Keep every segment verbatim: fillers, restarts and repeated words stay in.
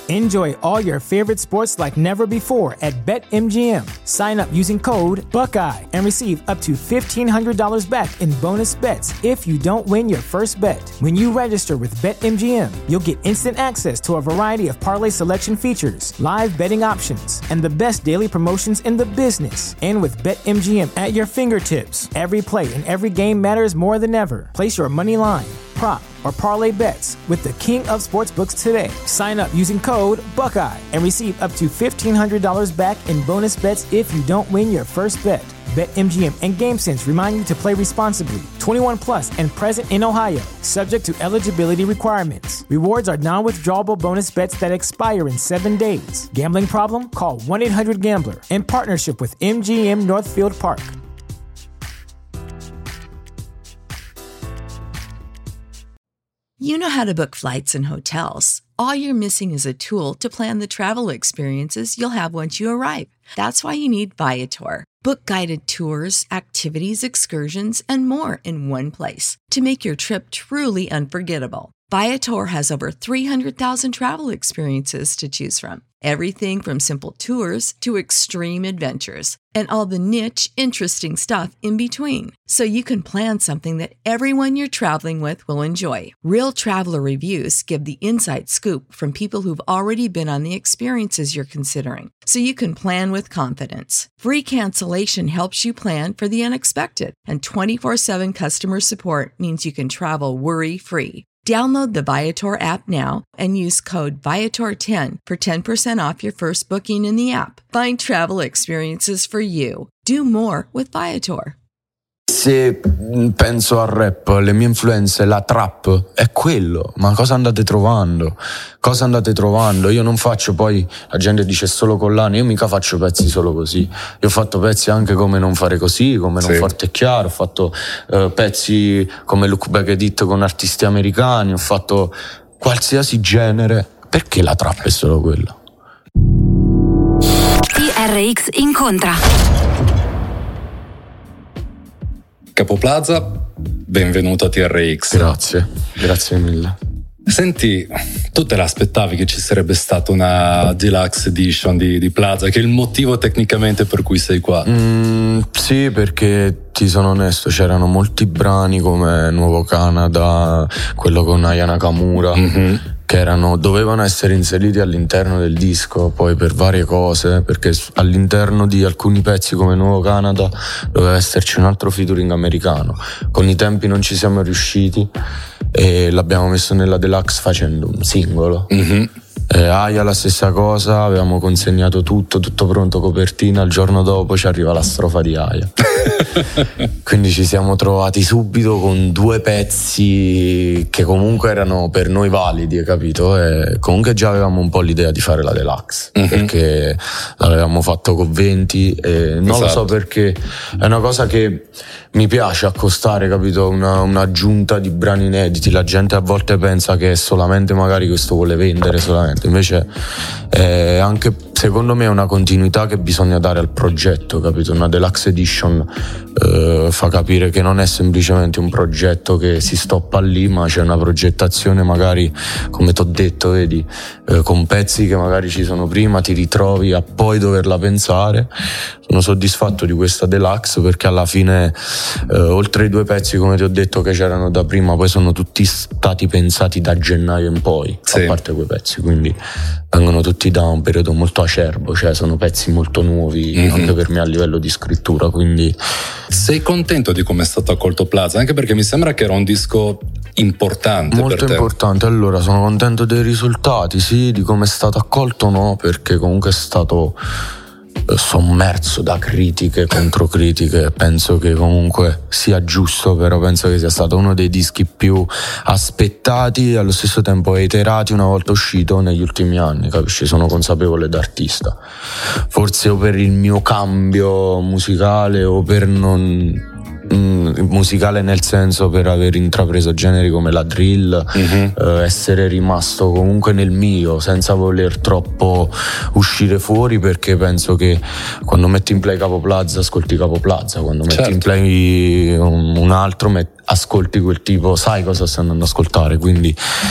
Enjoy all your favorite sports like never before at BetMGM. Sign up using code Buckeye and receive up to fifteen hundred dollars back in bonus bets if you don't win your first bet. When you register with BetMGM, you'll get instant access to a variety of parlay selection features, live betting options, and the best daily promotions in the business. And with BetMGM at your fingertips, every play and every game matters more than ever. Place your money line, prop, or parlay bets with the king of sportsbooks today. Sign up using code Buckeye and receive up to fifteen hundred dollars back in bonus bets if you don't win your first bet. BetMGM and GameSense remind you to play responsibly. twenty-one plus and present in Ohio, subject to eligibility requirements. Rewards are non-withdrawable bonus bets that expire in seven days. Gambling problem? Call one eight hundred gambler in partnership with M G M Northfield Park. You know how to book flights and hotels. All you're missing is a tool to plan the travel experiences you'll have once you arrive. That's why you need Viator. Book guided tours, activities, excursions, and more in one place to make your trip truly unforgettable. Viator has over three hundred thousand travel experiences to choose from. Everything from simple tours to extreme adventures and all the niche, interesting stuff in between. So you can plan something that everyone you're traveling with will enjoy. Real traveler reviews give the inside scoop from people who've already been on the experiences you're considering. So you can plan with confidence. Free cancellation helps you plan for the unexpected. And twenty-four seven customer support means you can travel worry-free. Download the Viator app now and use code Viator ten for ten percent off your first booking in the app. Find travel experiences for you. Do more with Viator. Se penso al rap, le mie influenze, la trap, è quello. Ma cosa andate trovando? Cosa andate trovando? Io non faccio, poi la gente dice solo collane, io mica faccio pezzi solo così. Io ho fatto pezzi anche come Non fare così, come Non sì. Forte e chiaro, ho fatto uh, pezzi come Look Back at It con artisti americani, ho fatto qualsiasi genere. Perché la trap è solo quello? T R X incontra Capo Plaza, benvenuto a T R X. Grazie, grazie mille. Senti, tu te l'aspettavi che ci sarebbe stata una deluxe edition di, di Plaza, che è il motivo tecnicamente per cui sei qua? Mm, sì, perché ti sono onesto, c'erano molti brani come Nuovo Canada, quello con Aya Nakamura, mm-hmm. che erano, dovevano essere inseriti all'interno del disco, poi per varie cose, perché all'interno di alcuni pezzi come Nuovo Canada doveva esserci un altro featuring americano. Con i tempi non ci siamo riusciti e l'abbiamo messo nella deluxe facendo un singolo. Mm-hmm. Eh, Aya la stessa cosa, avevamo consegnato tutto, tutto pronto, copertina, il giorno dopo ci arriva la strofa di Aya. Quindi ci siamo trovati subito con due pezzi che comunque erano per noi validi, capito? E comunque già avevamo un po' l'idea di fare la deluxe, mm-hmm. perché l'avevamo fatto con venti e non esatto. lo so perché è una cosa che mi piace accostare, capito? Una, un'aggiunta di brani inediti. La gente a volte pensa che è solamente magari questo vuole vendere solamente, invece è anche secondo me è una continuità che bisogna dare al progetto, capito? Una deluxe edition eh, fa capire che non è semplicemente un progetto che si stoppa lì, ma c'è una progettazione magari, come t'ho detto, vedi, eh, con pezzi che magari ci sono prima, ti ritrovi a poi doverla pensare. Sono soddisfatto di questa deluxe perché alla fine eh, oltre ai due pezzi, come ti ho detto, che c'erano da prima, poi sono tutti stati pensati da gennaio in poi, sì. a parte quei pezzi, quindi vengono tutti da un periodo molto acerbo, cioè sono pezzi molto nuovi, mm-hmm. anche per me a livello di scrittura, quindi... Sei contento di come è stato accolto Plaza? Anche perché mi sembra che era un disco importante molto per te. Importante. Allora, sono contento dei risultati, sì, di come è stato accolto no, perché comunque è stato sommerso da critiche, controcritiche. Penso che comunque sia giusto, però penso che sia stato uno dei dischi più aspettati e allo stesso tempo reiterati una volta uscito negli ultimi anni, capisci? Sono consapevole d'artista, forse o per il mio cambio musicale o per non Mm, musicale nel senso per aver intrapreso generi come la drill, mm-hmm. eh, essere rimasto comunque nel mio senza voler troppo uscire fuori, perché penso che quando metti in play Capo Plaza ascolti Capo Plaza, quando metti certo. in play un, un altro met- ascolti quel tipo, sai cosa stai andando ad ascoltare, quindi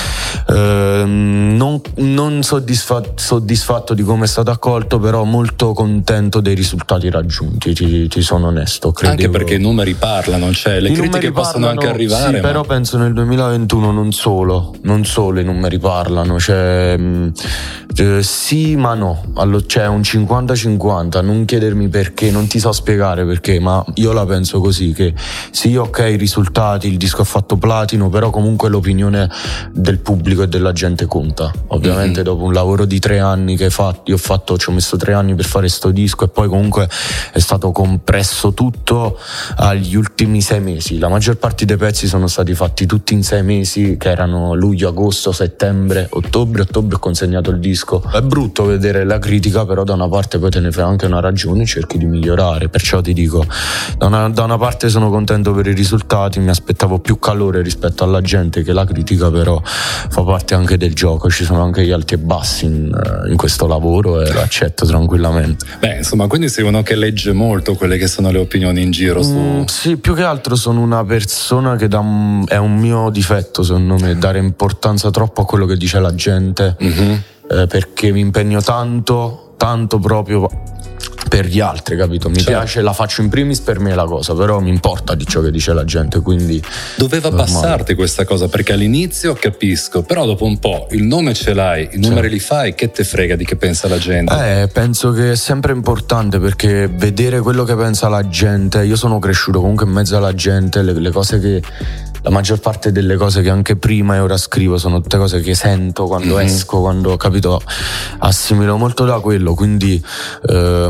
ehm, non, non soddisfatto, soddisfatto di come è stato accolto, però molto contento dei risultati raggiunti, ti, ti sono onesto. Credevo... Anche perché i numeri parlano, cioè le I critiche possono parlano, anche arrivare. Sì, ma... però penso nel duemilaventuno non solo, non solo i numeri parlano, cioè eh, sì ma no, allora, c'è un cinquanta cinquanta, non chiedermi perché, non ti so spiegare perché, ma io la penso così, che sì, ok, i risultati, il disco ha fatto platino, però comunque l'opinione del pubblico e della gente conta. Ovviamente mm-hmm. dopo un lavoro di tre anni che hai fatto, io ho fatto, ci ho messo tre anni per fare sto disco e poi comunque è stato compresso tutto agli ultimi sei mesi. La maggior parte dei pezzi sono stati fatti tutti in sei mesi, che erano luglio, agosto, settembre, ottobre, ottobre ho consegnato il disco. È brutto vedere la critica, però da una parte poi te ne fai anche una ragione e cerchi di migliorare, perciò ti dico, da una, da una parte sono contento per i risultati, mi aspettavo più calore rispetto alla gente che la critica, però fa parte anche del gioco, ci sono anche gli alti e bassi in, in questo lavoro e lo accetto tranquillamente. Beh, insomma, quindi sei uno che legge molto quelle che sono le opinioni in giro su... Mm, sì, più che altro sono una persona che dà un, è un mio difetto secondo me, dare importanza troppo a quello che dice la gente, mm-hmm. eh, perché mi impegno tanto, tanto proprio per gli altri, capito? Mi certo. piace, la faccio in primis per me la cosa, però mi importa di ciò che dice la gente, quindi doveva normale. Passarti questa cosa, perché all'inizio capisco, però dopo un po' il nome ce l'hai, i numeri certo. li fai, che te frega di che pensa la gente? Eh, penso che è sempre importante, perché vedere quello che pensa la gente, io sono cresciuto comunque in mezzo alla gente, le, le cose che la maggior parte delle cose che anche prima e ora scrivo sono tutte cose che sento quando mm-hmm. esco, quando, capito, assimilo molto da quello, quindi eh,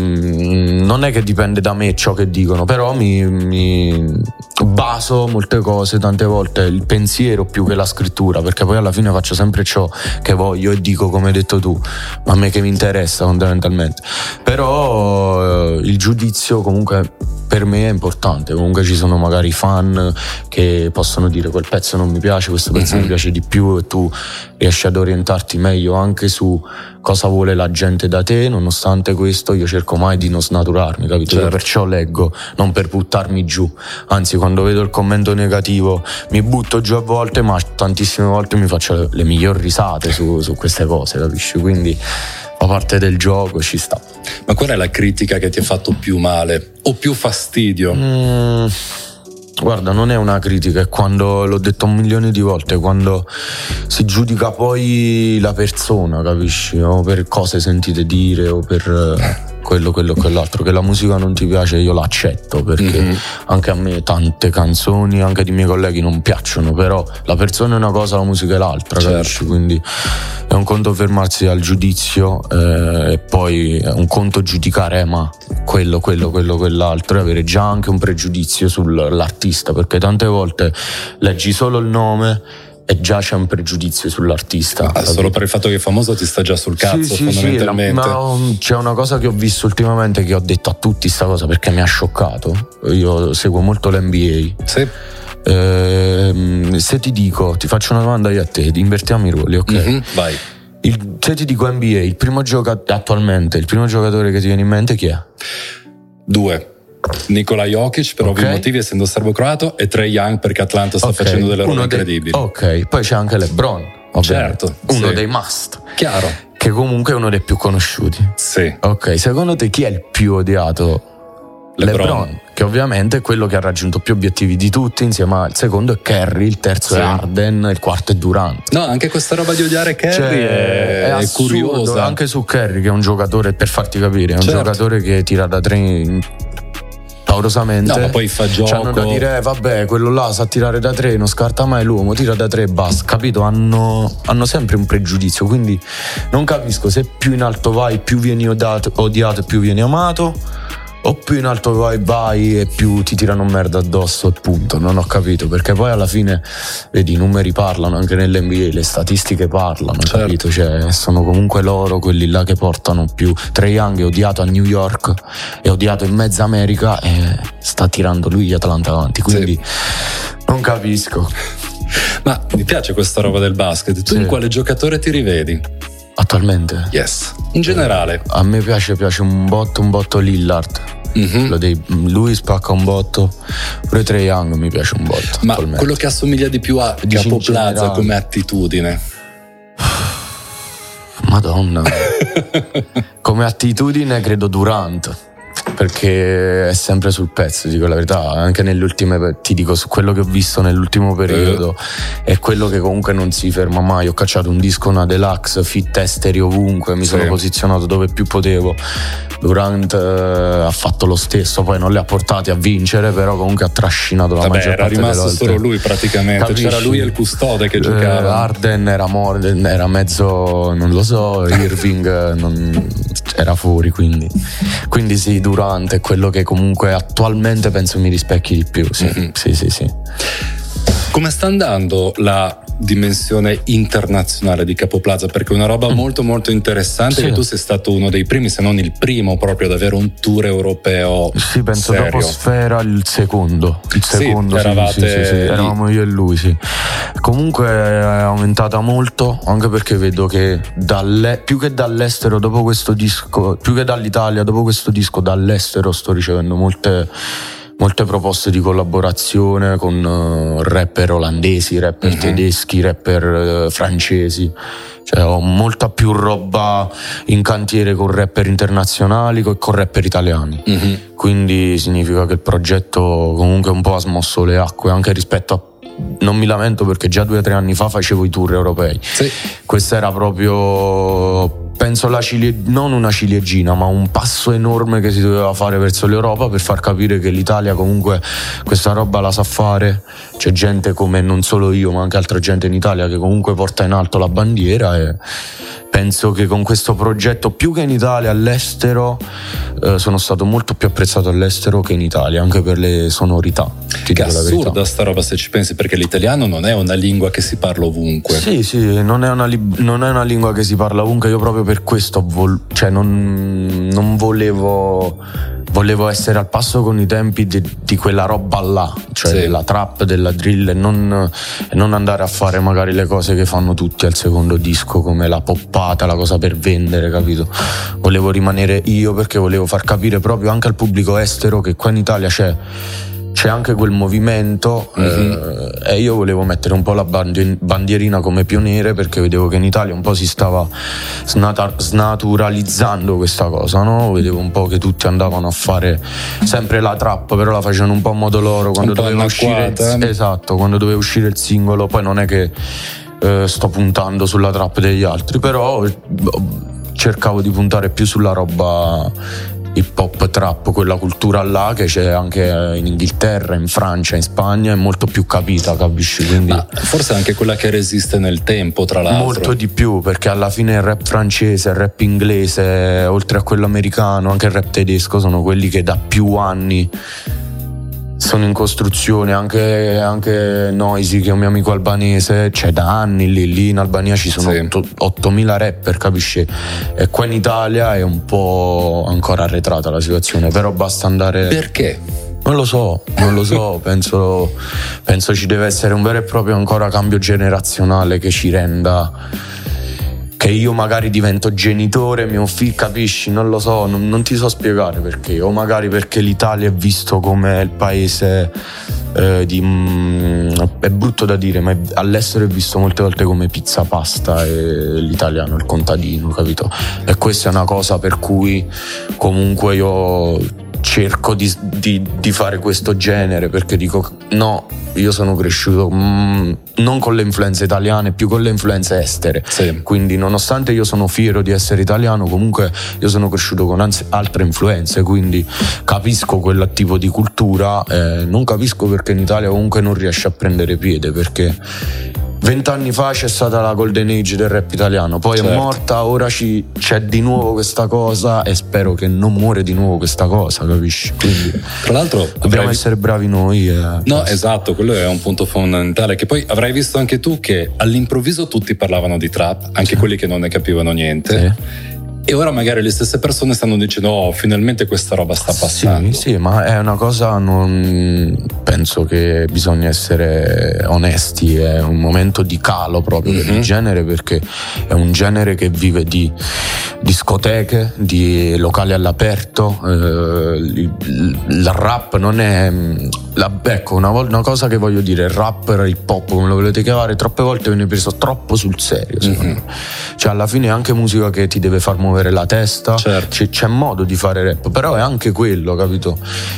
non è che dipende da me ciò che dicono, però mi, mi baso molte cose, tante volte il pensiero più che la scrittura, perché poi alla fine faccio sempre ciò che voglio e dico come hai detto tu, ma a me che mi interessa fondamentalmente, però eh, il giudizio comunque per me è importante, comunque ci sono magari fan che possono dire quel pezzo non mi piace, questo pezzo mm-hmm. mi piace di più, e tu riesci ad orientarti meglio anche su cosa vuole la gente da te. Nonostante questo io cerco mai di non snaturarmi, capito? Certo. Io perciò leggo, non per buttarmi giù, anzi quando vedo il commento negativo mi butto giù a volte, ma tantissime volte mi faccio le, le migliori risate su, su queste cose, capisci? Quindi fa parte del gioco, ci sta. Ma qual è la critica che ti ha fatto più male o più fastidio? Mm, guarda, non è una critica, è quando, l'ho detto un milione di volte, quando si giudica poi la persona, capisci? O per cose sentite dire o per quello, quello, quell'altro. Che la musica non ti piace io l'accetto, perché mm-hmm. anche a me tante canzoni, anche di miei colleghi, non piacciono, però la persona è una cosa, la musica è l'altra, certo. capisci? Quindi è un conto fermarsi al giudizio eh, e poi è un conto giudicare, eh, ma quello, quello, quello, quell'altro, e avere già anche un pregiudizio sull'artista, perché tante volte leggi solo il nome e già c'è un pregiudizio sull'artista. Ah, solo per il fatto che è famoso ti sta già sul cazzo, sì, fondamentalmente. Sì, sì, ma c'è una cosa che ho visto ultimamente, che ho detto a tutti sta cosa perché mi ha scioccato. Io seguo molto l'N B A. Sì. Eh, se ti dico, ti faccio una domanda io a te, invertiamo i ruoli, ok? Mm-hmm, vai. Il, se ti dico N B A, il primo giocatore attualmente, il primo giocatore che ti viene in mente chi è? Due. Nikola Jokic per okay. ovvi motivi, essendo serbo-croato, e Trae Young perché Atlanta sta okay. facendo delle robe incredibili. Ok, poi c'è anche LeBron, ovviamente. Certo, uno sì. dei must. Chiaro. Che comunque è uno dei più conosciuti. Sì. Ok, secondo te chi è il più odiato? LeBron, LeBron, che ovviamente è quello che ha raggiunto più obiettivi di tutti, insieme al secondo è Curry, il terzo sì. è Harden, il quarto è Durant. No, anche questa roba di odiare Curry cioè, è, è, è curiosa. Anche su Curry, che è un giocatore, per farti capire, è un certo. giocatore che tira da tre paurosamente. No, ma poi fa gioco. C'hanno da dire, eh, vabbè, quello là sa tirare da tre, non scarta mai l'uomo, tira da tre e basta, capito? Hanno, hanno sempre un pregiudizio, quindi non capisco se più in alto vai più vieni odiato, odiato e più vieni amato, o più in alto vai vai e più ti tirano merda addosso, punto. Non ho capito, perché poi alla fine vedi, i numeri parlano anche nell'N B A, le statistiche parlano, certo. capito? Cioè sono comunque loro quelli là che portano più. Trae Young è odiato a New York, è odiato in mezza America e sta tirando lui gli Atlanta avanti, quindi sì. non capisco. Ma mi piace questa roba del basket. Tu sì. in quale giocatore ti rivedi? Attualmente? Yes. In generale? A me piace, piace un botto, un botto Lillard. Mm-hmm. Lo dei, lui spacca un botto, pure Trae Young mi piace un botto. Ma quello che assomiglia di più a Capo Plaza come attitudine? Madonna. Come attitudine credo Durant, perché è sempre sul pezzo, dico la verità, anche nelle ultime, ti dico, su quello che ho visto nell'ultimo periodo eh. è quello che comunque non si ferma mai. Ho cacciato un disco, una deluxe, fit esteri ovunque, mi sì. sono posizionato dove più potevo. Durant eh, ha fatto lo stesso, poi non li ha portati a vincere, però comunque ha trascinato la Vabbè, maggior parte delle volte. Era rimasto solo lui praticamente. Capisci? C'era lui e il custode che giocava. eh, Harden era, mor- era mezzo, non lo so, Irving non, era fuori, quindi quindi sì, Durant è quello che comunque attualmente penso mi rispecchi di più. Sì, mm-hmm. sì, sì, sì. Come sta andando la dimensione internazionale di Capo Plaza? Perché è una roba mm. molto molto interessante, sì. che tu sei stato uno dei primi, se non il primo proprio ad avere un tour europeo. Sì, penso serio. Dopo Sfera il secondo il secondo sì, sì, eravate sì, sì, sì. Eravamo io e lui, sì. Comunque è aumentata molto, anche perché vedo che dalle, più che dall'estero dopo questo disco, più che dall'Italia dopo questo disco, dall'estero sto ricevendo molte molte proposte di collaborazione con uh, rapper olandesi, rapper mm-hmm. tedeschi, rapper uh, francesi. Cioè ho molta più roba in cantiere con rapper internazionali e con rapper italiani. Mm-hmm. Quindi significa che il progetto comunque un po' ha smosso le acque, anche rispetto a... Non mi lamento, perché già due o tre anni fa facevo i tour europei. Sì. Questa era proprio... penso la cilie... non una ciliegina, ma un passo enorme che si doveva fare verso l'Europa per far capire che l'Italia comunque questa roba la sa fare. C'è gente come, non solo io, ma anche altra gente in Italia che comunque porta in alto la bandiera, e penso che con questo progetto, più che in Italia, all'estero, eh, sono stato molto più apprezzato all'estero che in Italia, anche per le sonorità. Che assurda sta roba, se ci pensi, perché l'italiano non è una lingua che si parla ovunque. Sì, sì, non è una, li- non è una lingua che si parla ovunque. Io proprio per questo vol- cioè non, non volevo volevo essere al passo con i tempi di, di quella roba là, cioè sì. della trap, della drill, e non, e non andare a fare magari le cose che fanno tutti al secondo disco, come la poppata, la cosa per vendere, capito? Volevo rimanere io, perché volevo far capire proprio anche al pubblico estero che qua in Italia c'è c'è anche quel movimento, mm-hmm. eh, e io volevo mettere un po' la bandierina come pioniere, perché vedevo che in Italia un po' si stava snata- snaturalizzando questa cosa, no? Vedevo un po' che tutti andavano a fare sempre la trap, però la facevano un po' a modo loro, quando doveva uscire il, esatto, quando doveva uscire il singolo. Poi non è che eh, sto puntando sulla trap degli altri, però cercavo di puntare più sulla roba hip hop trap, quella cultura là che c'è anche in Inghilterra, in Francia, in Spagna, è molto più capita, capisci? Quindi ma forse anche quella che resiste nel tempo, tra l'altro. Molto di più, perché alla fine il rap francese, il rap inglese, oltre a quello americano, anche il rap tedesco, sono quelli che da più anni sono in costruzione. Anche, anche Noisy, che è un mio amico albanese, c'è da anni lì, lì in Albania ci sono sì. ottomila rapper, capisci? E qua in Italia è un po' ancora arretrata la situazione, però basta andare... Perché? Non lo so, non lo so, penso, penso ci deve essere un vero e proprio ancora cambio generazionale che ci renda... che io magari divento genitore, mio figlio, capisci? Non lo so, non, non ti so spiegare perché. O magari perché l'Italia è visto come il paese eh, di... Mh, è brutto da dire, ma è, all'estero è visto molte volte come pizza pasta, e l'italiano, il contadino, capito? E questa è una cosa per cui comunque io cerco di, di, di fare questo genere, perché dico no, io sono cresciuto mm, non con le influenze italiane, più con le influenze estere, sì. Quindi nonostante io sono fiero di essere italiano, comunque io sono cresciuto con anzi, altre influenze, quindi capisco quel tipo di cultura, eh, non capisco perché in Italia comunque non riesce a prendere piede, perché vent'anni fa c'è stata la golden age del rap italiano, poi certo. è morta, ora ci, c'è di nuovo questa cosa, e spero che non muore di nuovo questa cosa, capisci? Quindi tra l'altro dobbiamo avrai... essere bravi noi, eh. no basta. Esatto, quello è un punto fondamentale, che poi avrai visto anche tu che all'improvviso tutti parlavano di trap, anche sì. quelli che non ne capivano niente, sì. e ora magari le stesse persone stanno dicendo oh, finalmente questa roba sta passando. Sì, sì, ma è una cosa, non penso che bisogna essere onesti, è un momento di calo proprio mm-hmm. per il genere, perché è un genere che vive di discoteche, di locali all'aperto, eh, il, il rap non è la, ecco una, una cosa che voglio dire, il rap, il hip hop, come lo volete chiamare, troppe volte viene preso troppo sul serio, secondo mm-hmm. me. Cioè alla fine è anche musica che ti deve far muovere la testa, certo. c'è, c'è modo di fare rap, però è anche quello, capito?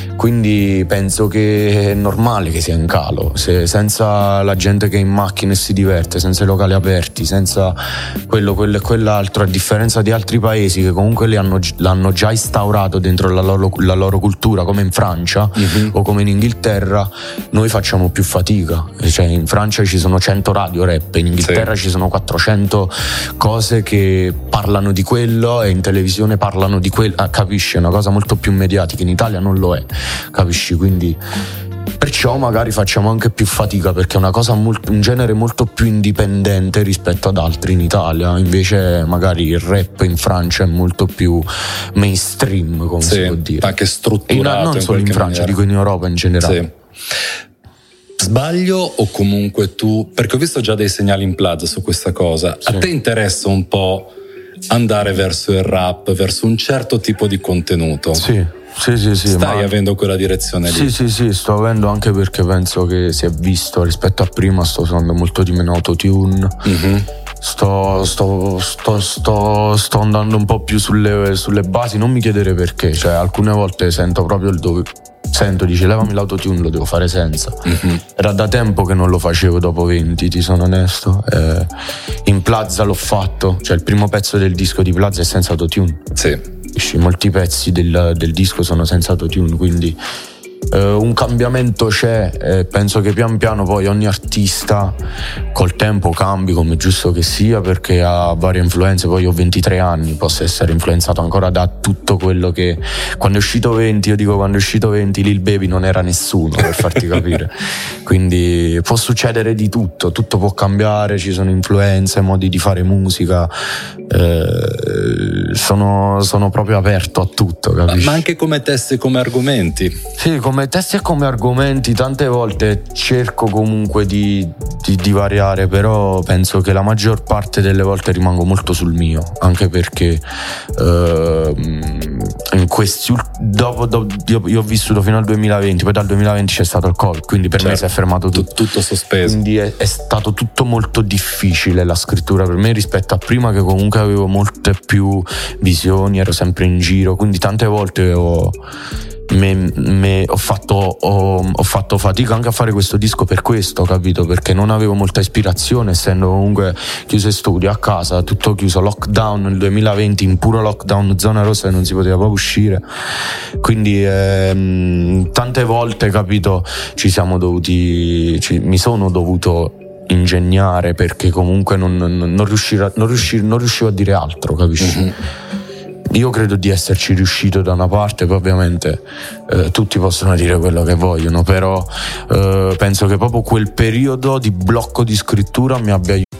Quindi penso che è normale che sia in calo, se, senza la gente che è in macchina e si diverte, senza i locali aperti, senza quello, quello e quell'altro, a differenza di altri paesi che comunque li hanno, l'hanno già instaurato dentro la loro, la loro cultura, come in Francia mm-hmm. o come in Inghilterra, noi facciamo più fatica. Cioè in Francia ci sono cento radio rap, in Inghilterra sì. ci sono quattrocento cose che parlano di quello e in televisione parlano di quello, ah, capisci? È una cosa molto più mediatica, in Italia non lo è, capisci? Quindi perciò magari facciamo anche più fatica, perché è una cosa molto, un genere molto più indipendente rispetto ad altri in Italia. Invece magari il rap in Francia è molto più mainstream, come sì, si può dire, anche strutturato, in, non in solo in Francia, maniera. Dico in Europa in generale. Sì. Sbaglio o comunque tu, perché ho visto già dei segnali in plaza su questa cosa, sì. a te interessa un po' andare verso il rap, verso un certo tipo di contenuto? Sì, sì, sì, sì. Stai ma... avendo quella direzione lì? Sì, sì, sì, sto avendo, anche perché penso che si è visto rispetto a prima, sto usando molto di meno autotune. Mm-hmm. Sto, sto, sto, sto, sto andando un po' più sulle, sulle basi, non mi chiedere perché, cioè alcune volte sento proprio il dove sento, dice levami l'autotune, lo devo fare senza. Mm-hmm. Era da tempo che non lo facevo dopo venti, ti sono onesto. Eh, in Plaza l'ho fatto, cioè il primo pezzo del disco di Plaza è senza autotune. Sì. Molti pezzi del, del disco sono senza autotune, quindi Uh, un cambiamento c'è, eh, penso che pian piano poi ogni artista col tempo cambi, come giusto che sia, perché ha varie influenze. Poi ho ventitré anni, posso essere influenzato ancora da tutto quello che quando è uscito venti, io dico quando è uscito venti Lil Baby non era nessuno, per farti capire. Quindi può succedere di tutto, tutto può cambiare, ci sono influenze, modi di fare musica, eh, sono, sono proprio aperto a tutto, capisci? Ma anche come testi, come argomenti. Sì, come testi e come argomenti tante volte cerco comunque di, di, di variare, però penso che la maggior parte delle volte rimango molto sul mio, anche perché uh, in questi dopo, dopo io, io ho vissuto fino al duemilaventi, poi dal duemilaventi c'è stato il Covid, quindi per certo. me si è fermato tutto, tutto sospeso, quindi è, è stato tutto molto difficile la scrittura per me rispetto a prima, che comunque avevo molte più visioni, ero sempre in giro, quindi tante volte ho Me, me, ho, fatto, ho, ho fatto fatica anche a fare questo disco per questo, capito? Perché non avevo molta ispirazione, essendo comunque chiuso in studio, a casa, tutto chiuso, lockdown nel duemilaventi, in puro lockdown, zona rossa, e non si poteva proprio uscire. Quindi ehm, tante volte, capito, ci siamo dovuti, ci, mi sono dovuto ingegnare, perché comunque non, non, non, riuscire, non, riuscire, non riuscivo a dire altro, capisci? Mm-hmm. Io credo di esserci riuscito da una parte, poi ovviamente eh, tutti possono dire quello che vogliono, però eh, penso che proprio quel periodo di blocco di scrittura mi abbia aiutato.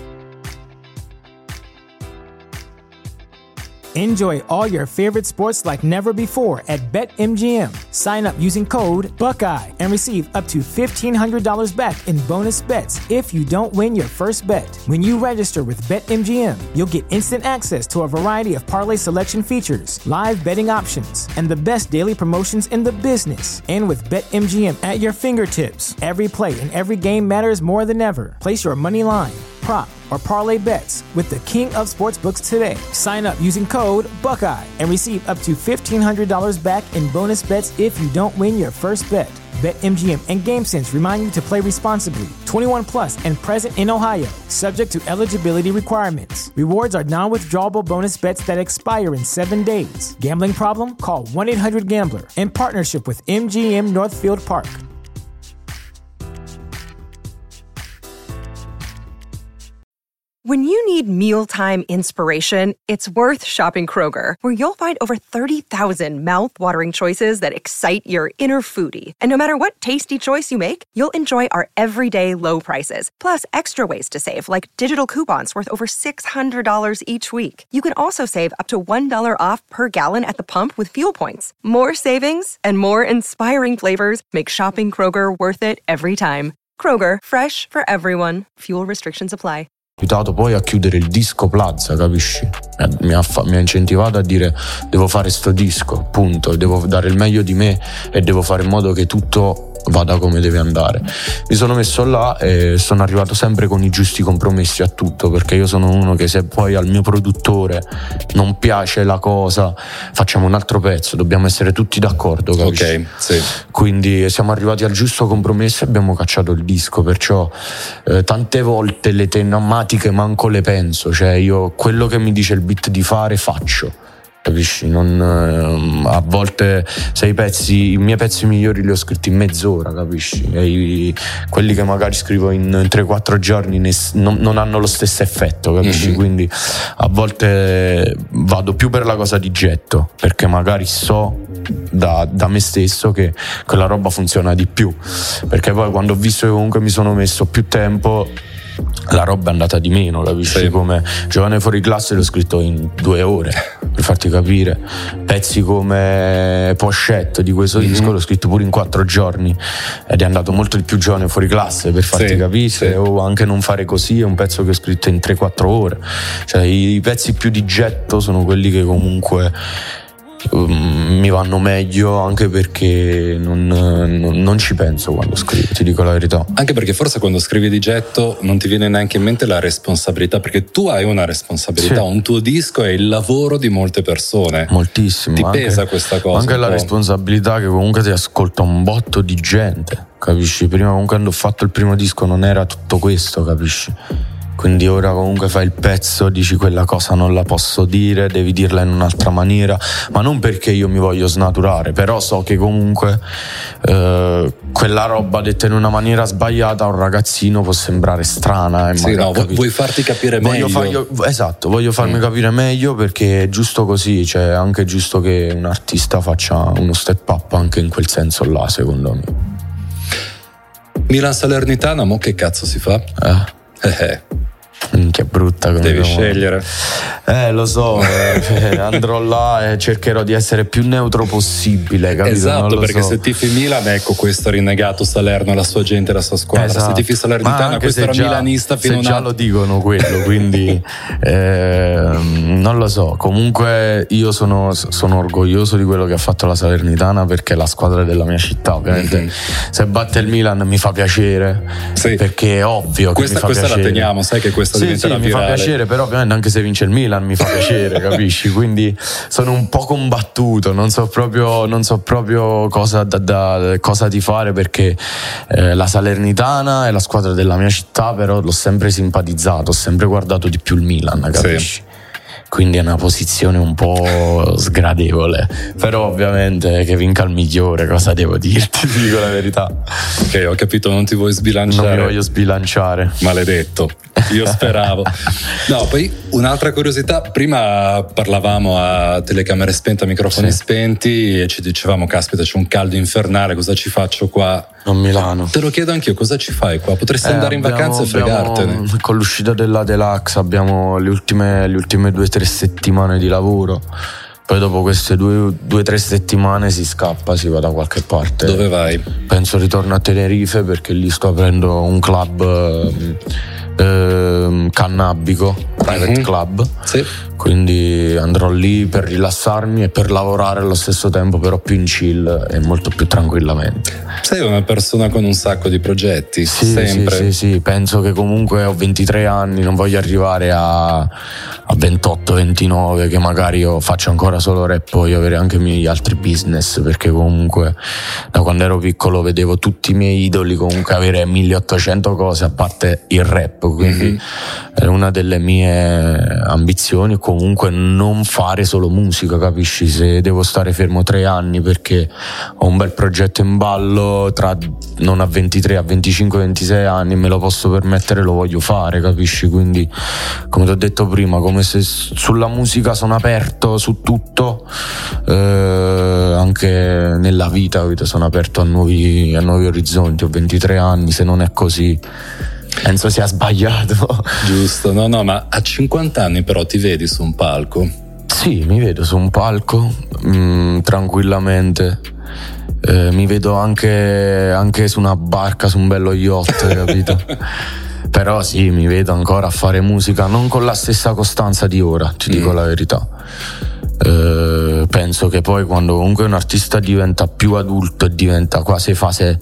Enjoy all your favorite sports like never before at BetMGM. Sign up using code Buckeye and receive up to fifteen hundred dollars back in bonus bets if you don't win your first bet. When you register with BetMGM, you'll get instant access to a variety of parlay selection features, live betting options, and the best daily promotions in the business. And with BetMGM at your fingertips, every play and every game matters more than ever. Place your money line, prop, or parlay bets with the king of sportsbooks today. Sign up using code Buckeye and receive up to fifteen hundred dollars back in bonus bets if you don't win your first bet. BetMGM and GameSense remind you to play responsibly. twenty-one plus and present in Ohio, subject to eligibility requirements. Rewards are non-withdrawable bonus bets that expire in seven days. Gambling problem? Call one eight hundred gambler. In partnership with M G M Northfield Park. When you need mealtime inspiration, it's worth shopping Kroger, where you'll find over thirty thousand mouth-watering choices that excite your inner foodie. And no matter what tasty choice you make, you'll enjoy our everyday low prices, plus extra ways to save, like digital coupons worth over six hundred dollars each week. You can also save up to one dollar off per gallon at the pump with fuel points. More savings and more inspiring flavors make shopping Kroger worth it every time. Kroger, fresh for everyone. Fuel restrictions apply. Invitato poi a chiudere il disco Plaza, capisci? Mi ha, fa- mi ha incentivato a dire devo fare sto disco, punto, devo dare il meglio di me e devo fare in modo che tutto vada come deve andare. Mi sono messo là e sono arrivato sempre con i giusti compromessi a tutto, perché io sono uno che se poi al mio produttore non piace la cosa, facciamo un altro pezzo, dobbiamo essere tutti d'accordo, capisci? Ok, sì. Quindi siamo arrivati al giusto compromesso e abbiamo cacciato il disco, perciò eh, tante volte le tematiche manco le penso, cioè io quello che mi dice il beat di fare faccio. Capisci? Non, a volte se i pezzi, i miei pezzi migliori li ho scritti in mezz'ora, capisci? E i, quelli che magari scrivo in tre quattro giorni ne, non, non hanno lo stesso effetto, capisci? Mm-hmm. Quindi a volte vado più per la cosa di getto, perché magari so da, da me stesso che quella roba funziona di più, perché poi quando ho visto che comunque mi sono messo più tempo, la roba è andata di meno, capisci? Sì. Come Giovane fuori classe l'ho scritto in due ore, per farti capire. Pezzi come Pochette di questo mm-hmm. disco l'ho scritto pure in quattro giorni ed è andato molto di più Giovane fuori classe, per farti sì, capire. Sì. O anche Non fare così è un pezzo che ho scritto in tre quattro ore. Cioè i pezzi più di getto sono quelli che comunque mi vanno meglio, anche perché non, non, non ci penso quando scrivo, ti dico la verità. Anche perché forse quando scrivi di getto non ti viene neanche in mente la responsabilità, perché tu hai una responsabilità, sì. Un tuo disco è il lavoro di molte persone. Moltissimo. Ti anche, pesa questa cosa? Anche la responsabilità che comunque ti ascolta un botto di gente, capisci? Prima comunque quando ho fatto il primo disco non era tutto questo, capisci? Quindi ora comunque fai il pezzo, dici quella cosa non la posso dire, devi dirla in un'altra maniera, ma non perché io mi voglio snaturare, però so che comunque eh, quella roba detta in una maniera sbagliata a un ragazzino può sembrare strana. E sì, no, capi- vuoi farti capire voglio meglio. Fargli, esatto, voglio farmi mm. capire meglio, perché è giusto così, cioè è anche giusto che un artista faccia uno step up anche in quel senso là, secondo me. Milan Salernitana, mo che cazzo si fa? Eh. Eh. Che brutta come devi come... scegliere. Eh lo so, eh, andrò là e cercherò di essere più neutro possibile, capito? Esatto, perché so. se tifi Milan, ecco, questo ha rinnegato Salerno, la sua gente e la sua squadra. Esatto. Se tifi Salernitana, questo era già, milanista fino a se già lo dicono quello, quindi eh, non lo so. Comunque io sono, sono orgoglioso di quello che ha fatto la Salernitana, perché è la squadra della mia città, ovviamente. Mm-hmm. Se batte il Milan mi fa piacere, sì. Perché è ovvio questa, che mi fa questa piacere. la teniamo, sai che questa sì, diventerà sì, virale. Mi fa piacere, però ovviamente anche se vince il Milan mi fa piacere, capisci? Quindi sono un po' combattuto, non so proprio, non so proprio cosa, da, da, cosa di fare, perché eh, la Salernitana è la squadra della mia città, però l'ho sempre simpatizzato, ho sempre guardato di più il Milan, capisci? Sì. Quindi è una posizione un po' sgradevole, però ovviamente che vinca il migliore, cosa devo dirti, ti dico la verità. Ok, ho capito, non ti vuoi sbilanciare. Non mi voglio sbilanciare. Maledetto, io speravo. No, poi un'altra curiosità, prima parlavamo a telecamere spente, a microfoni sì. spenti, e ci dicevamo, caspita, c'è un caldo infernale, cosa ci faccio qua? A Milano. Te lo chiedo anch'io, cosa ci fai qua? Potresti eh, andare abbiamo, in vacanza e fregartene. Abbiamo, con l'uscita della Deluxe abbiamo le ultime le ultime due o tre settimane di lavoro. Poi dopo queste due o tre settimane si scappa, si va da qualche parte. Dove vai? Penso ritorno a Tenerife, perché lì sto aprendo un club eh, eh, cannabico, private mm-hmm. club. Sì. Quindi andrò lì per rilassarmi e per lavorare allo stesso tempo, però più in chill e molto più tranquillamente. Sei una persona con un sacco di progetti, sì, sempre. Sì, sì, sì, penso che comunque ho ventitré anni, non voglio arrivare a, a ventotto ventinove, che magari io faccio ancora solo rap, voglio avere anche i miei altri business, perché comunque da quando ero piccolo vedevo tutti i miei idoli comunque avere milleottocento cose a parte il rap, quindi mm-hmm. è una delle mie ambizioni. comunque non fare solo musica, capisci? Se devo stare fermo tre anni perché ho un bel progetto in ballo, tra non a ventitré, a venticinque, ventisei anni, me lo posso permettere, lo voglio fare, capisci? Quindi, come ti ho detto prima, come se sulla musica sono aperto su tutto, eh, anche nella vita, capito? Sono aperto a nuovi, a nuovi orizzonti. Ho ventitré anni, se non è così penso sia sbagliato. Giusto, no no, ma a cinquanta anni però ti vedi su un palco? Sì, mi vedo su un palco mh, tranquillamente, eh, mi vedo anche, anche su una barca, su un bello yacht, capito? Però sì, mi vedo ancora a fare musica, non con la stessa costanza di ora, ti dico mm. la verità. Eh, penso che poi quando comunque un artista diventa più adulto e diventa quasi fase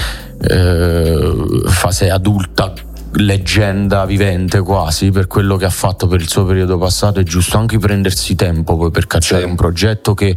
eh, fase adulta, leggenda vivente quasi, per quello che ha fatto per il suo periodo passato, è giusto anche prendersi tempo poi per cacciare sì. un progetto che,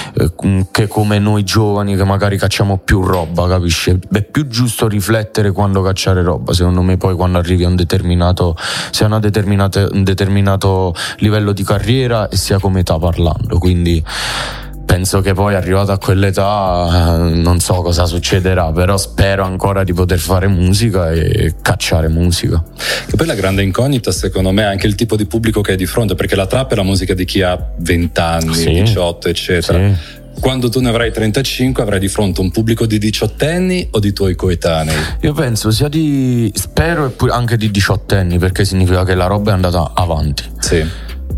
eh, che come noi giovani che magari cacciamo più roba, capisci? È più giusto riflettere quando cacciare roba, secondo me. Poi quando arrivi a un determinato, sia una determinata, un determinato livello di carriera e sia come età parlando, quindi penso che poi arrivato a quell'età non so cosa succederà, però spero ancora di poter fare musica e cacciare musica. Che poi la grande incognita secondo me è anche il tipo di pubblico che hai di fronte, perché la trap è la musica di chi ha venti anni, sì, diciotto eccetera. Sì. Quando tu ne avrai trentacinque avrai di fronte un pubblico di diciottenni o di tuoi coetanei? Io penso sia di, spero anche di diciottenni, perché significa che la roba è andata avanti. Sì.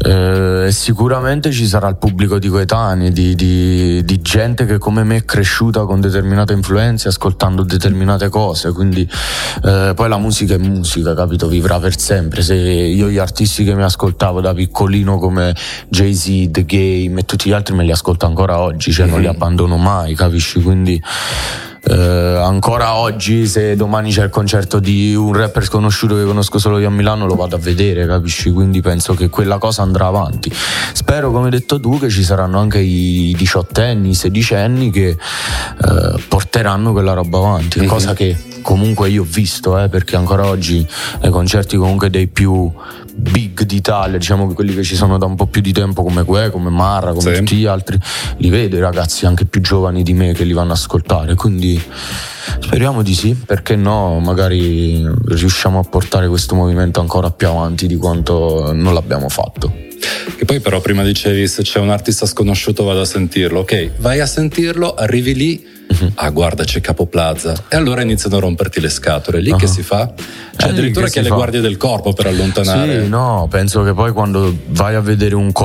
Eh, sicuramente ci sarà il pubblico di coetanei, di, di, di gente che come me è cresciuta con determinate influenze, ascoltando determinate cose, quindi eh, poi la musica è musica, capito? Vivrà per sempre. Se io gli artisti che mi ascoltavo da piccolino come Jay-Z, The Game e tutti gli altri me li ascolto ancora oggi, cioè mm-hmm. non li abbandono mai, capisci? Quindi Uh, ancora oggi, se domani c'è il concerto di un rapper sconosciuto che conosco solo io a Milano, lo vado a vedere, capisci? Quindi penso che quella cosa andrà avanti. Spero, come hai detto tu, che ci saranno anche i diciottenni, i sedicenni che uh, porteranno quella roba avanti, mm-hmm. cosa che comunque io ho visto, eh, perché ancora oggi ai concerti comunque dei più big d'Italia, diciamo che quelli che ci sono da un po' più di tempo, come Gue, come Marra, come sì. tutti gli altri, li vedo i ragazzi anche più giovani di me che li vanno a ascoltare, quindi speriamo di sì, perché no, magari riusciamo a portare questo movimento ancora più avanti di quanto non l'abbiamo fatto. Che poi però prima dicevi, se c'è un artista sconosciuto vado a sentirlo, ok, vai a sentirlo, arrivi lì, uh-huh. ah guarda c'è Capo Plaza, e allora iniziano a romperti le scatole, lì uh-huh. che si fa? Cioè addirittura che, che le fa. Guardie del corpo per allontanare. Sì, no, penso che poi quando vai a vedere un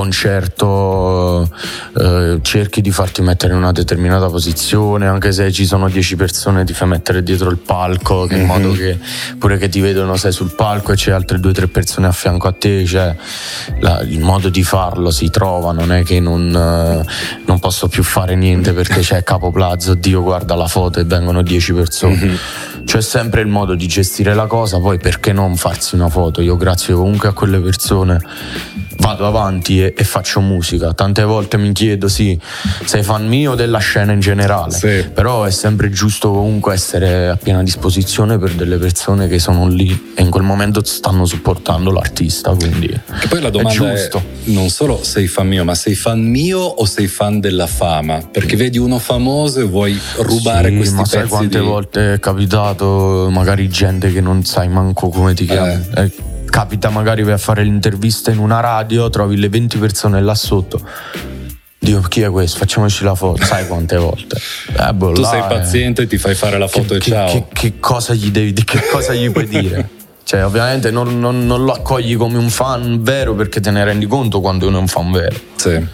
concerto eh, cerchi di farti mettere in una determinata posizione, anche se ci sono dieci persone ti fai mettere dietro il palco, che in mm-hmm. modo che pure che ti vedono sei sul palco e c'è altre due o tre persone a fianco a te, cioè la, il modo di farlo si trova, non è che non, eh, non posso più fare niente perché c'è Capo Plaza, oddio guarda la foto e vengono dieci persone. Mm-hmm. C'è sempre il modo di gestire la cosa, poi perché non farsi una foto? Io grazie comunque a quelle persone vado avanti e, e faccio musica. Tante volte mi chiedo, sì, sei fan mio della scena in generale, sì. però è sempre giusto comunque essere a piena disposizione per delle persone che sono lì e in quel momento stanno supportando l'artista, quindi e poi la domanda è, è non solo sei fan mio, ma sei fan mio o sei fan della fama? Perché vedi uno famoso e vuoi rubare sì, questi ma pezzi sai quante di... volte è capitato magari gente che non sai manco come ti chiami, eh. Eh, capita magari vai a fare l'intervista in una radio, trovi le venti persone là sotto, Dio chi è questo? Facciamoci la foto. Sai quante volte eh, boh, tu là, sei paziente e eh. ti fai fare la foto che, e che, ciao che, che cosa gli devi che cosa gli puoi dire? Cioè ovviamente non, non, non lo accogli come un fan vero perché te ne rendi conto quando uno è un fan vero, sì.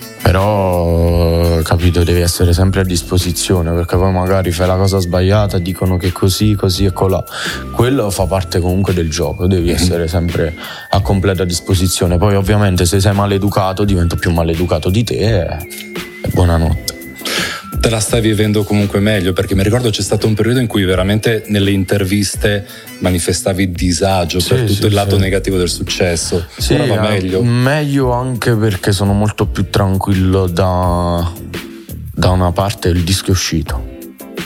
Però capito, devi essere sempre a disposizione, perché poi magari fai la cosa sbagliata, dicono che così, così e colà. Quello fa parte comunque del gioco, devi mm-hmm. essere sempre a completa disposizione. Poi ovviamente se sei maleducato divento più maleducato di te e, e buonanotte. Te la stai vivendo comunque meglio, perché mi ricordo c'è stato un periodo in cui veramente nelle interviste manifestavi disagio sì, per tutto sì, il lato sì. negativo del successo. Sì, ora va meglio. Meglio anche perché sono molto più tranquillo da, da una parte il disco è uscito.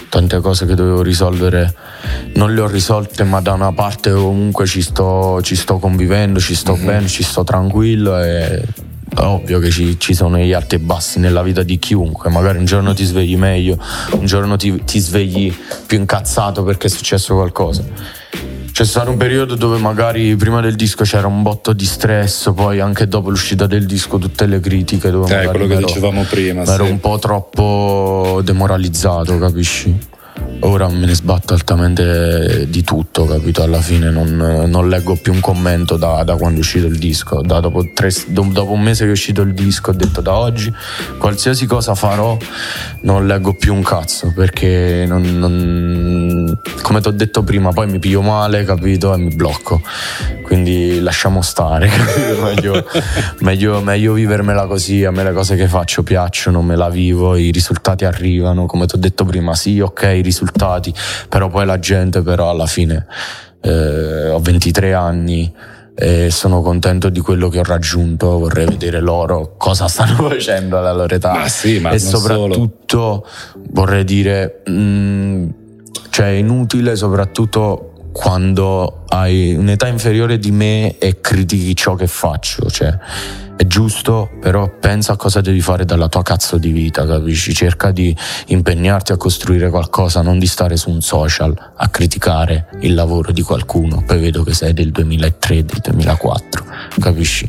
tante cose che dovevo risolvere non le ho risolte, ma da una parte comunque ci sto, ci sto convivendo, ci sto mm-hmm. bene, ci sto tranquillo, e ovvio che ci, ci sono gli alti e bassi nella vita di chiunque. Magari un giorno ti svegli meglio, un giorno ti, ti svegli più incazzato perché è successo qualcosa. C'è stato un periodo dove magari prima del disco c'era un botto di stress, poi anche dopo l'uscita del disco tutte le critiche dove eh, quello che ero, dicevamo prima ero sì. un po' troppo demoralizzato, capisci? Ora me ne sbatto altamente di tutto, capito? Alla fine non, non leggo più un commento da, da quando è uscito il disco. Da dopo, tre, dopo un mese che è uscito il disco ho detto da oggi qualsiasi cosa farò non leggo più un cazzo, perché non, non, come ti ho detto prima, poi mi piglio male, capito? E mi blocco. Quindi lasciamo stare, capito? Meglio, meglio, meglio vivermela così. A me le cose che faccio piacciono, me la vivo, i risultati arrivano, come ti ho detto prima, sì, ok, i risultati, però poi la gente, però alla fine eh, ho ventitré anni e sono contento di quello che ho raggiunto. Vorrei vedere loro cosa stanno facendo alla loro età, ma sì, ma e soprattutto solo. Vorrei dire mh, cioè è inutile soprattutto quando hai un'età inferiore di me e critichi ciò che faccio. Cioè è giusto, però pensa a cosa devi fare dalla tua cazzo di vita, capisci? Cerca di impegnarti a costruire qualcosa, non di stare su un social a criticare il lavoro di qualcuno. Poi vedo che sei del duemilatré, del duemilaquattro, capisci?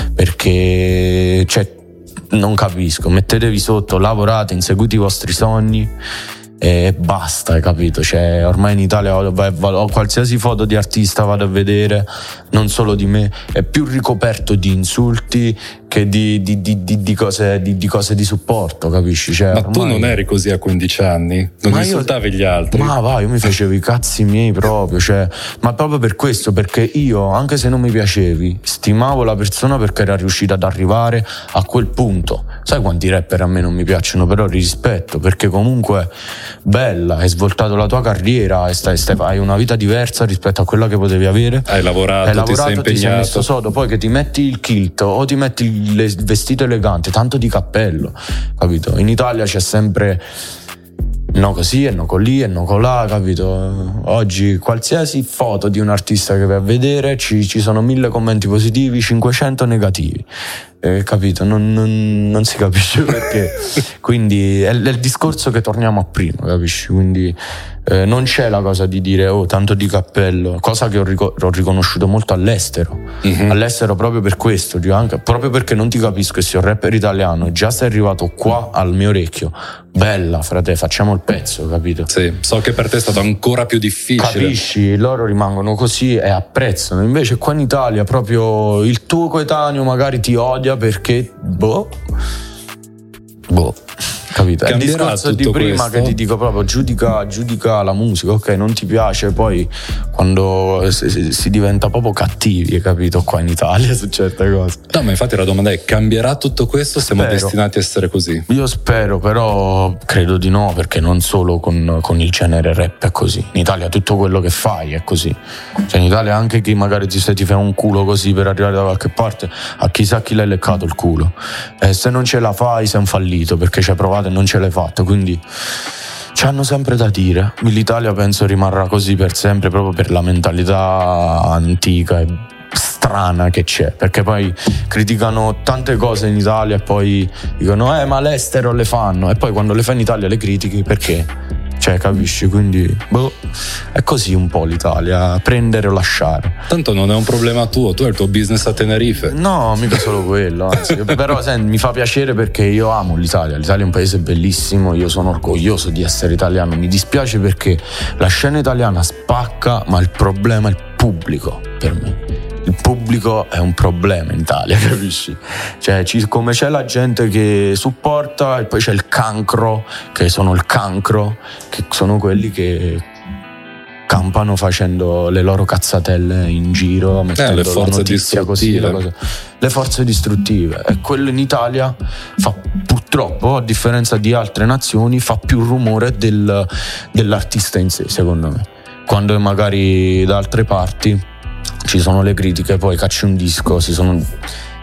Perché cioè non capisco, mettetevi sotto, lavorate, inseguite i vostri sogni e basta, hai capito? Cioè ormai in Italia ho, ho qualsiasi foto di artista vado a vedere, non solo di me, è più ricoperto di insulti che di, di, di, di, di, cose, di, di cose di supporto, capisci? Cioè, ma ormai... tu non eri così a quindici anni? Non ma insultavi io... gli altri? Ma va, io mi facevo i cazzi miei proprio, cioè, ma proprio per questo, perché io, anche se non mi piacevi, stimavo la persona perché era riuscita ad arrivare a quel punto. Sai quanti rapper a me non mi piacciono, però li rispetto, perché comunque bella, hai svoltato la tua carriera, hai, stai, stai, hai una vita diversa rispetto a quella che potevi avere. Hai lavorato, hai lavorato ti sei impegnato, ti sei messo sodo, poi che ti metti il kilt o ti metti il vestito elegante, tanto di cappello, capito? In Italia c'è sempre no così e no colì e no colà, capito? Oggi qualsiasi foto di un artista che vai a vedere ci, ci sono mille commenti positivi, cinquecento negativi, eh, capito? Non, non, non si capisce perché. Quindi è, è il discorso che torniamo a prima, capisci? Quindi eh, non c'è la cosa di dire oh tanto di cappello, cosa che ho, ric- ho riconosciuto molto all'estero. Mm-hmm. All'estero proprio per questo, anche, proprio perché non ti capisco, e se un rapper italiano già sei arrivato qua al mio orecchio, bella frate, facciamo il pezzo, capito? Sì, so che per te è stato ancora più difficile. Capisci? Loro rimangono così e apprezzano. Invece qua in Italia proprio il tuo coetaneo magari ti odia perché boh boh capito? È il discorso di prima questo? Che ti dico proprio, giudica, giudica la musica, ok, non ti piace, poi quando si, si diventa proprio cattivi, capito? Qua in Italia su certe cose. No, ma infatti la domanda è: cambierà tutto questo? Siamo spero. destinati a essere così? Io spero, però credo di no, perché non solo con, con il genere rap è così. In Italia tutto quello che fai è così. Cioè in Italia anche chi magari ti, ti fa un culo così per arrivare da qualche parte, a chissà chi l'hai leccato il culo. E se non ce la fai sei un fallito, perché ci hai provato e non ce l'hai fatto, quindi ci hanno sempre da dire. L'Italia penso rimarrà così per sempre, proprio per la mentalità antica e strana che c'è, perché poi criticano tante cose in Italia e poi dicono eh ma all'estero le fanno, e poi quando le fai in Italia le critichi perché? Cioè, capisci? Quindi boh, è così un po' l'Italia, prendere o lasciare. Tanto non è un problema tuo, tu hai il tuo business a Tenerife. No, mica solo quello, anzi. Però senti, mi fa piacere perché io amo l'Italia. L'Italia è un paese bellissimo, io sono orgoglioso di essere italiano. Mi dispiace perché la scena italiana spacca, ma il problema è il pubblico per me. Il pubblico è un problema in Italia, capisci? Cioè, ci, come c'è la gente che supporta, e poi c'è il cancro, che sono il cancro, che sono quelli che campano facendo le loro cazzatelle in giro, mettendo eh, le forze la notizia così, la cosa. Le forze distruttive. E quello in Italia fa, purtroppo, a differenza di altre nazioni, fa più rumore del, dell'artista in sé, secondo me. Quando magari da altre parti ci sono le critiche, poi cacci un disco, si sono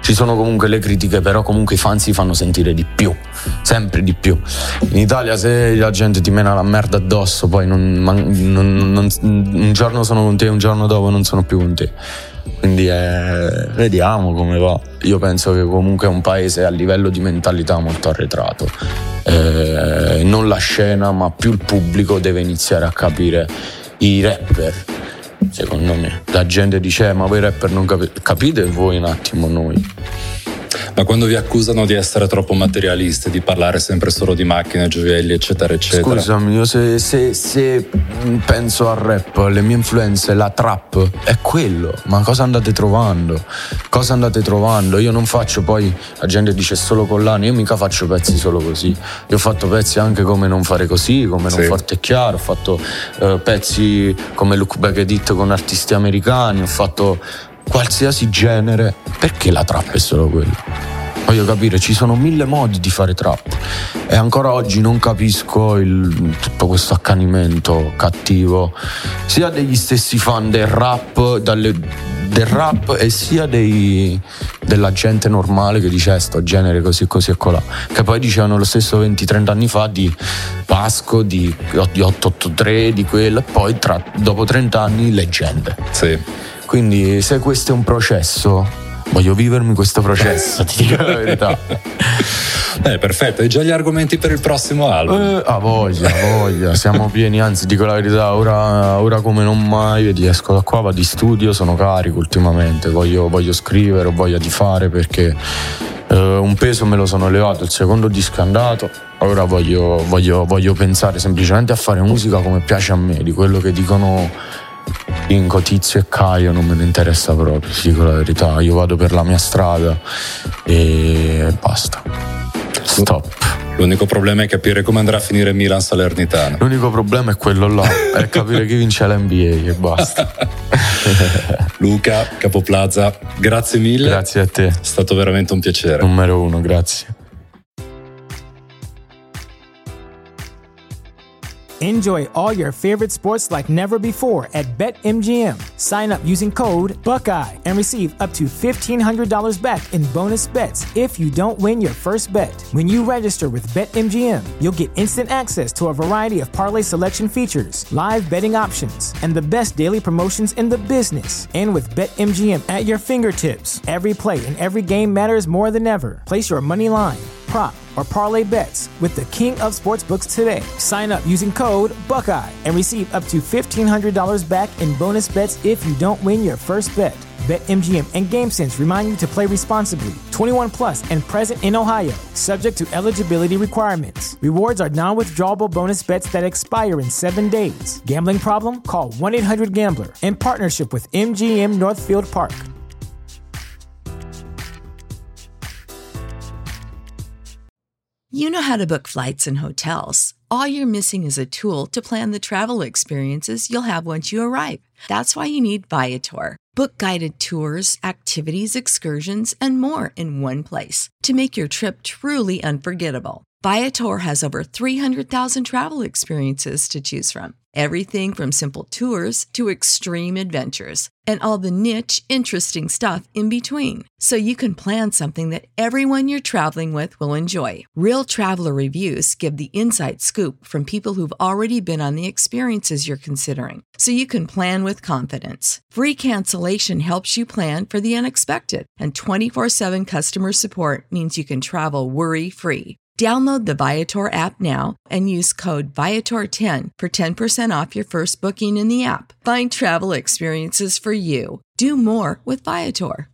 Ci sono comunque le critiche, però comunque i fan si fanno sentire di più, sempre di più. In Italia se la gente ti mena la merda addosso, poi non, non, non, un giorno sono con te, un giorno dopo non sono più con te. Quindi eh, vediamo come va. Io penso che comunque è un paese a livello di mentalità molto arretrato. Eh, non la scena, ma più il pubblico deve iniziare a capire i rapper. Secondo me la gente dice eh, ma voi rapper non capite, capite voi un attimo noi. Ma quando vi accusano di essere troppo materialisti, di parlare sempre solo di macchine, gioielli, eccetera, eccetera. Scusami, io se, se, se penso al rap, le mie influenze, la trap, è quello. Ma cosa andate trovando? Cosa andate trovando? Io non faccio poi, la gente dice solo collane, io mica faccio pezzi solo così. Io ho fatto pezzi anche come Non fare così, come Non sì. farti chiaro, ho fatto uh, pezzi come Look Back at It con artisti americani, ho fatto qualsiasi genere. Perché la trap è solo quello? Voglio capire, ci sono mille modi di fare trap e ancora oggi non capisco il, tutto questo accanimento cattivo sia degli stessi fan del rap, dalle, del rap e sia dei, della gente normale che dice eh, sto genere così così e colà, che poi dicevano lo stesso venti trenta anni fa di Pasco, di, di otto otto tre, di quello, e poi tra, dopo trenta anni leggende. Sì. Quindi se questo è un processo, voglio vivermi questo processo, ti dico la verità. Eh, perfetto, hai già gli argomenti per il prossimo album? Eh, a voglia, a voglia, siamo pieni, anzi dico la verità, ora, ora come non mai, vedi, esco da qua, vado di studio, sono carico ultimamente, voglio, voglio scrivere, ho voglia di fare perché eh, un peso me lo sono levato, il secondo disco è andato, ora voglio, voglio, voglio pensare semplicemente a fare musica come piace a me, di quello che dicono Inco, Tizio e Caio non me ne interessa proprio, ti dico la verità, io vado per la mia strada e basta. Stop. L'unico problema è capire come andrà a finire Milan Salernitana. L'unico problema è quello là, è capire chi vince l'N B A e basta. Luca Capoplaza, grazie mille. Grazie a te. È stato veramente un piacere. Numero uno, grazie. Enjoy all your favorite sports like never before at BetMGM. Sign up using code Buckeye and receive up to fifteen hundred dollars back in bonus bets if you don't win your first bet. When you register with BetMGM, you'll get instant access to a variety of parlay selection features, live betting options, and the best daily promotions in the business. And with BetMGM at your fingertips, every play and every game matters more than ever. Place your money line, prop, or parlay bets with the king of sportsbooks today. Sign up using code Buckeye and receive up to fifteen hundred dollars back in bonus bets if you don't win your first bet. BetMGM and GameSense remind you to play responsibly. twenty-one plus and present in Ohio, subject to eligibility requirements. Rewards are non-withdrawable bonus bets that expire in seven days. Gambling problem? Call one eight hundred gambler in partnership with M G M Northfield Park. You know how to book flights and hotels. All you're missing is a tool to plan the travel experiences you'll have once you arrive. That's why you need Viator. Book guided tours, activities, excursions, and more in one place to make your trip truly unforgettable. Viator has over three hundred thousand travel experiences to choose from. Everything from simple tours to extreme adventures and all the niche, interesting stuff in between. So you can plan something that everyone you're traveling with will enjoy. Real traveler reviews give the inside scoop from people who've already been on the experiences you're considering. So you can plan with confidence. Free cancellation helps you plan for the unexpected. And twenty-four seven customer support means you can travel worry-free. Download the Viator app now and use code Viator ten for ten percent off your first booking in the app. Find travel experiences for you. Do more with Viator.